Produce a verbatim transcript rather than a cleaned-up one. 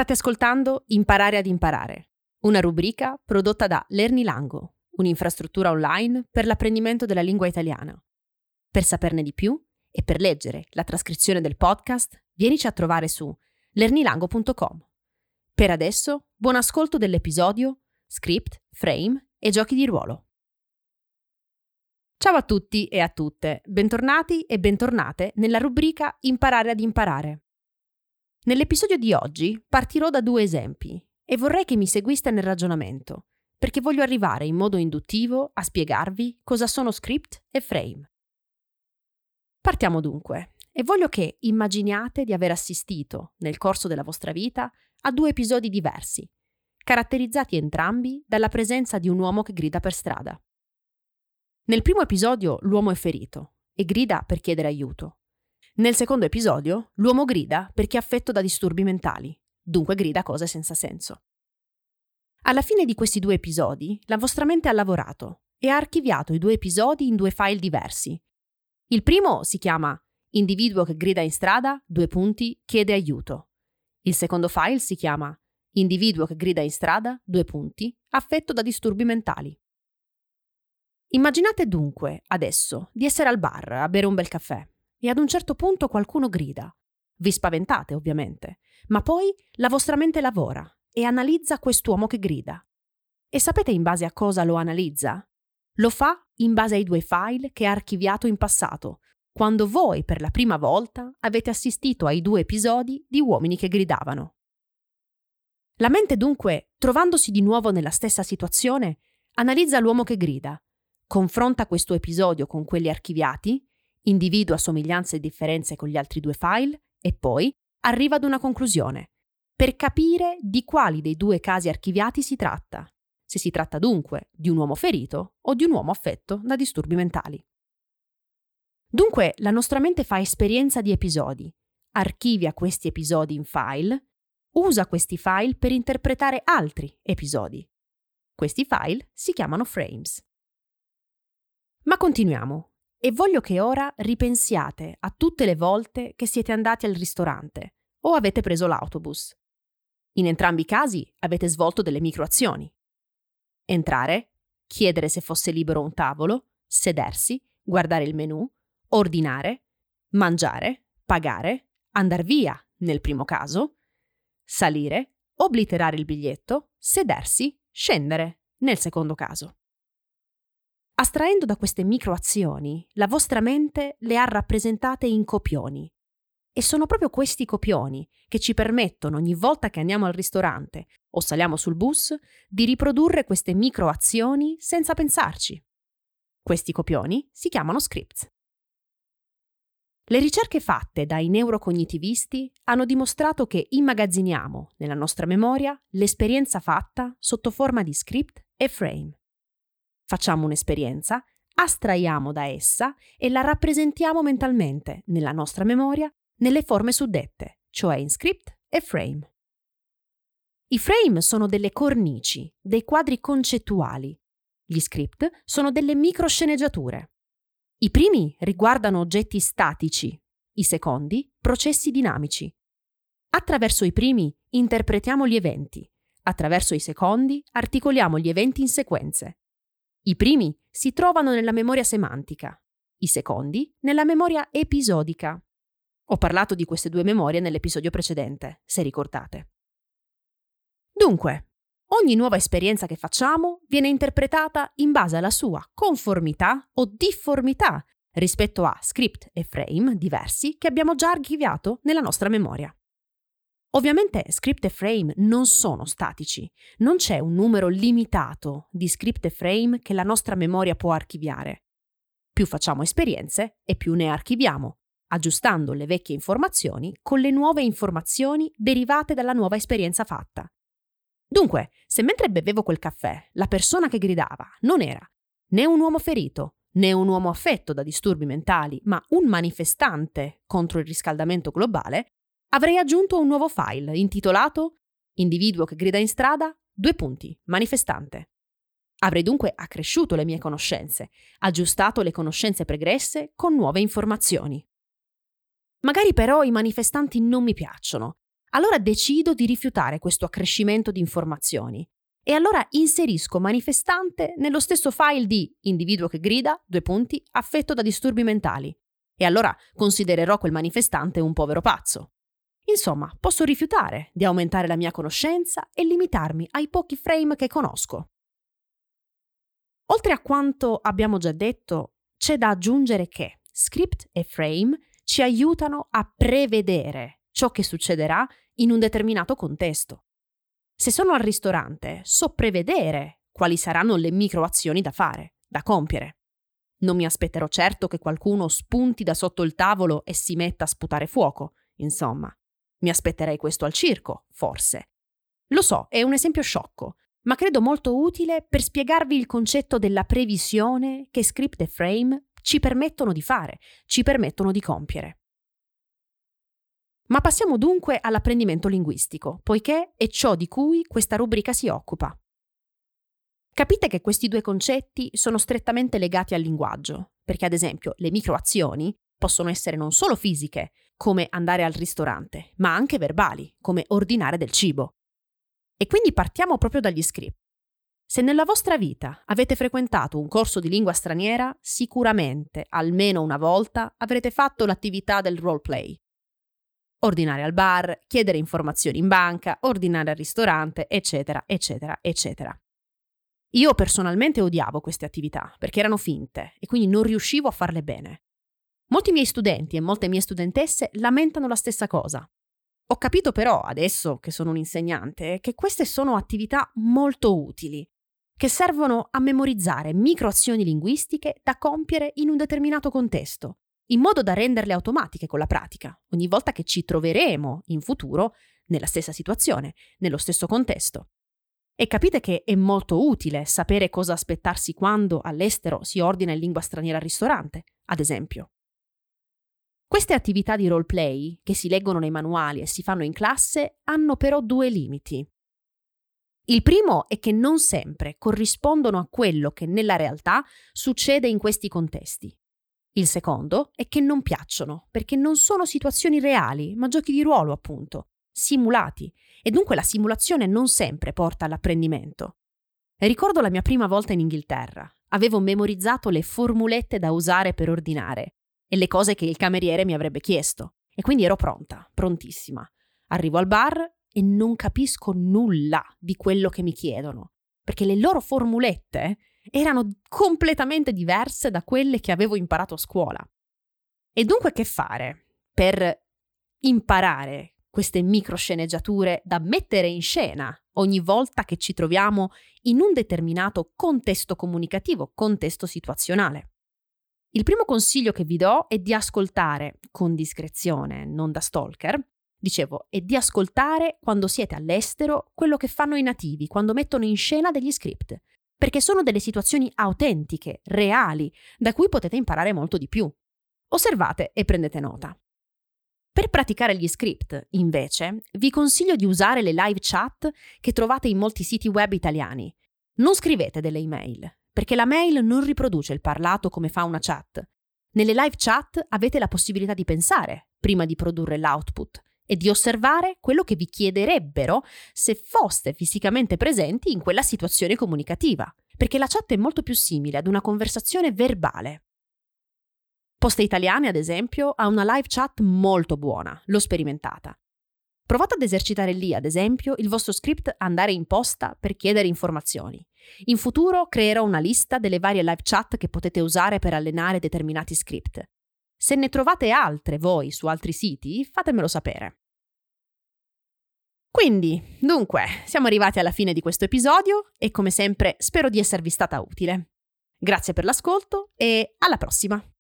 State ascoltando Imparare ad imparare, una rubrica prodotta da Lernilango, un'infrastruttura online per l'apprendimento della lingua italiana. Per saperne di più e per leggere la trascrizione del podcast, vienici a trovare su lernilango punto com. Per adesso, buon ascolto dell'episodio Script, Frame e giochi di ruolo. Ciao a tutti e a tutte, bentornati e bentornate nella rubrica Imparare ad imparare. Nell'episodio di oggi partirò da due esempi e vorrei che mi seguiste nel ragionamento, perché voglio arrivare in modo induttivo a spiegarvi cosa sono script e frame. Partiamo dunque, e voglio che immaginiate di aver assistito, nel corso della vostra vita, a due episodi diversi, caratterizzati entrambi dalla presenza di un uomo che grida per strada. Nel primo episodio l'uomo è ferito e grida per chiedere aiuto. Nel secondo episodio, l'uomo grida perché è affetto da disturbi mentali, dunque grida cose senza senso. Alla fine di questi due episodi, la vostra mente ha lavorato e ha archiviato i due episodi in due file diversi. Il primo si chiama Individuo che grida in strada, due punti, chiede aiuto. Il secondo file si chiama Individuo che grida in strada, due punti, affetto da disturbi mentali. Immaginate dunque, adesso, di essere al bar a bere un bel caffè. E ad un certo punto qualcuno grida. Vi spaventate, ovviamente, ma poi la vostra mente lavora e analizza quest'uomo che grida. E sapete in base a cosa lo analizza? Lo fa in base ai due file che ha archiviato in passato, quando voi per la prima volta avete assistito ai due episodi di uomini che gridavano. La mente dunque, trovandosi di nuovo nella stessa situazione, analizza l'uomo che grida, confronta questo episodio con quelli archiviati, individua somiglianze e differenze con gli altri due file e poi arriva ad una conclusione, per capire di quali dei due casi archiviati si tratta, se si tratta dunque di un uomo ferito o di un uomo affetto da disturbi mentali. Dunque la nostra mente fa esperienza di episodi, archivia questi episodi in file, usa questi file per interpretare altri episodi. Questi file si chiamano frames. Ma continuiamo. E voglio che ora ripensiate a tutte le volte che siete andati al ristorante o avete preso l'autobus. In entrambi i casi avete svolto delle microazioni. Entrare, chiedere se fosse libero un tavolo, sedersi, guardare il menù, ordinare, mangiare, pagare, andar via nel primo caso, salire, obliterare il biglietto, sedersi, scendere nel secondo caso. Astraendo da queste microazioni, la vostra mente le ha rappresentate in copioni. E sono proprio questi copioni che ci permettono, ogni volta che andiamo al ristorante o saliamo sul bus, di riprodurre queste microazioni senza pensarci. Questi copioni si chiamano scripts. Le ricerche fatte dai neurocognitivisti hanno dimostrato che immagazziniamo nella nostra memoria l'esperienza fatta sotto forma di script e frame. Facciamo un'esperienza, astraiamo da essa e la rappresentiamo mentalmente nella nostra memoria nelle forme suddette, cioè in script e frame. I frame sono delle cornici, dei quadri concettuali. Gli script sono delle microsceneggiature. I primi riguardano oggetti statici, i secondi processi dinamici. Attraverso i primi interpretiamo gli eventi, attraverso i secondi articoliamo gli eventi in sequenze. I primi si trovano nella memoria semantica, i secondi nella memoria episodica. Ho parlato di queste due memorie nell'episodio precedente, se ricordate. Dunque, ogni nuova esperienza che facciamo viene interpretata in base alla sua conformità o difformità rispetto a script e frame diversi che abbiamo già archiviato nella nostra memoria. Ovviamente script e frame non sono statici, non c'è un numero limitato di script e frame che la nostra memoria può archiviare. Più facciamo esperienze e più ne archiviamo, aggiustando le vecchie informazioni con le nuove informazioni derivate dalla nuova esperienza fatta. Dunque, se mentre bevevo quel caffè la persona che gridava non era né un uomo ferito né un uomo affetto da disturbi mentali, ma un manifestante contro il riscaldamento globale, avrei aggiunto un nuovo file intitolato Individuo che grida in strada, due punti, manifestante. Avrei dunque accresciuto le mie conoscenze, aggiustato le conoscenze pregresse con nuove informazioni. Magari però i manifestanti non mi piacciono. allora decido di rifiutare questo accrescimento di informazioni. E allora inserisco manifestante nello stesso file di individuo che grida, due punti, affetto da disturbi mentali. E allora considererò quel manifestante un povero pazzo. Insomma, posso rifiutare di aumentare la mia conoscenza e limitarmi ai pochi frame che conosco. Oltre a quanto abbiamo già detto, c'è da aggiungere che script e frame ci aiutano a prevedere ciò che succederà in un determinato contesto. Se sono al ristorante, so prevedere quali saranno le microazioni da fare, da compiere. Non mi aspetterò certo che qualcuno spunti da sotto il tavolo e si metta a sputare fuoco, insomma. Mi aspetterei questo al circo, forse. Lo so, è un esempio sciocco, ma credo molto utile per spiegarvi il concetto della previsione che script e frame ci permettono di fare, ci permettono di compiere. Ma passiamo dunque all'apprendimento linguistico, poiché è ciò di cui questa rubrica si occupa. Capite che questi due concetti sono strettamente legati al linguaggio, perché ad esempio le microazioni possono essere non solo fisiche, come andare al ristorante, ma anche verbali, come ordinare del cibo. E quindi partiamo proprio dagli script. Se nella vostra vita avete frequentato un corso di lingua straniera, sicuramente, almeno una volta, avrete fatto l'attività del roleplay. Ordinare al bar, chiedere informazioni in banca, ordinare al ristorante, eccetera, eccetera, eccetera. Io personalmente odiavo queste attività perché erano finte e quindi non riuscivo a farle bene. Molti miei studenti e molte mie studentesse lamentano la stessa cosa. Ho capito però, adesso che sono un insegnante, che queste sono attività molto utili, che servono a memorizzare microazioni linguistiche da compiere in un determinato contesto, in modo da renderle automatiche con la pratica, ogni volta che ci troveremo in futuro nella stessa situazione, nello stesso contesto. E capite che è molto utile sapere cosa aspettarsi quando all'estero si ordina in lingua straniera al ristorante, ad esempio. Queste attività di roleplay, che si leggono nei manuali e si fanno in classe, hanno però due limiti. Il primo è che non sempre corrispondono a quello che nella realtà succede in questi contesti. Il secondo è che non piacciono, perché non sono situazioni reali, ma giochi di ruolo, appunto, simulati, e dunque la simulazione non sempre porta all'apprendimento. Ricordo la mia prima volta in Inghilterra. Avevo memorizzato le formulette da usare per ordinare e le cose che il cameriere mi avrebbe chiesto, e quindi ero pronta, prontissima. Arrivo al bar e non capisco nulla di quello che mi chiedono, perché le loro formulette erano completamente diverse da quelle che avevo imparato a scuola. E dunque che fare per imparare queste microsceneggiature da mettere in scena ogni volta che ci troviamo in un determinato contesto comunicativo, contesto situazionale? Il primo consiglio che vi do è di ascoltare con discrezione, non da stalker, dicevo, è di ascoltare quando siete all'estero quello che fanno i nativi, quando mettono in scena degli script, perché sono delle situazioni autentiche, reali, da cui potete imparare molto di più. Osservate e prendete nota. Per praticare gli script, invece, vi consiglio di usare le live chat che trovate in molti siti web italiani. Non scrivete delle email, perché la mail non riproduce il parlato come fa una chat. Nelle live chat avete la possibilità di pensare prima di produrre l'output e di osservare quello che vi chiederebbero se foste fisicamente presenti in quella situazione comunicativa, perché la chat è molto più simile ad una conversazione verbale. Poste Italiane, ad esempio, ha una live chat molto buona, l'ho sperimentata. Provate ad esercitare lì, ad esempio, il vostro script andare in posta per chiedere informazioni. In futuro creerò una lista delle varie live chat che potete usare per allenare determinati script. Se ne trovate altre voi su altri siti, fatemelo sapere. Quindi, dunque, siamo arrivati alla fine di questo episodio e come sempre spero di esservi stata utile. Grazie per l'ascolto e alla prossima!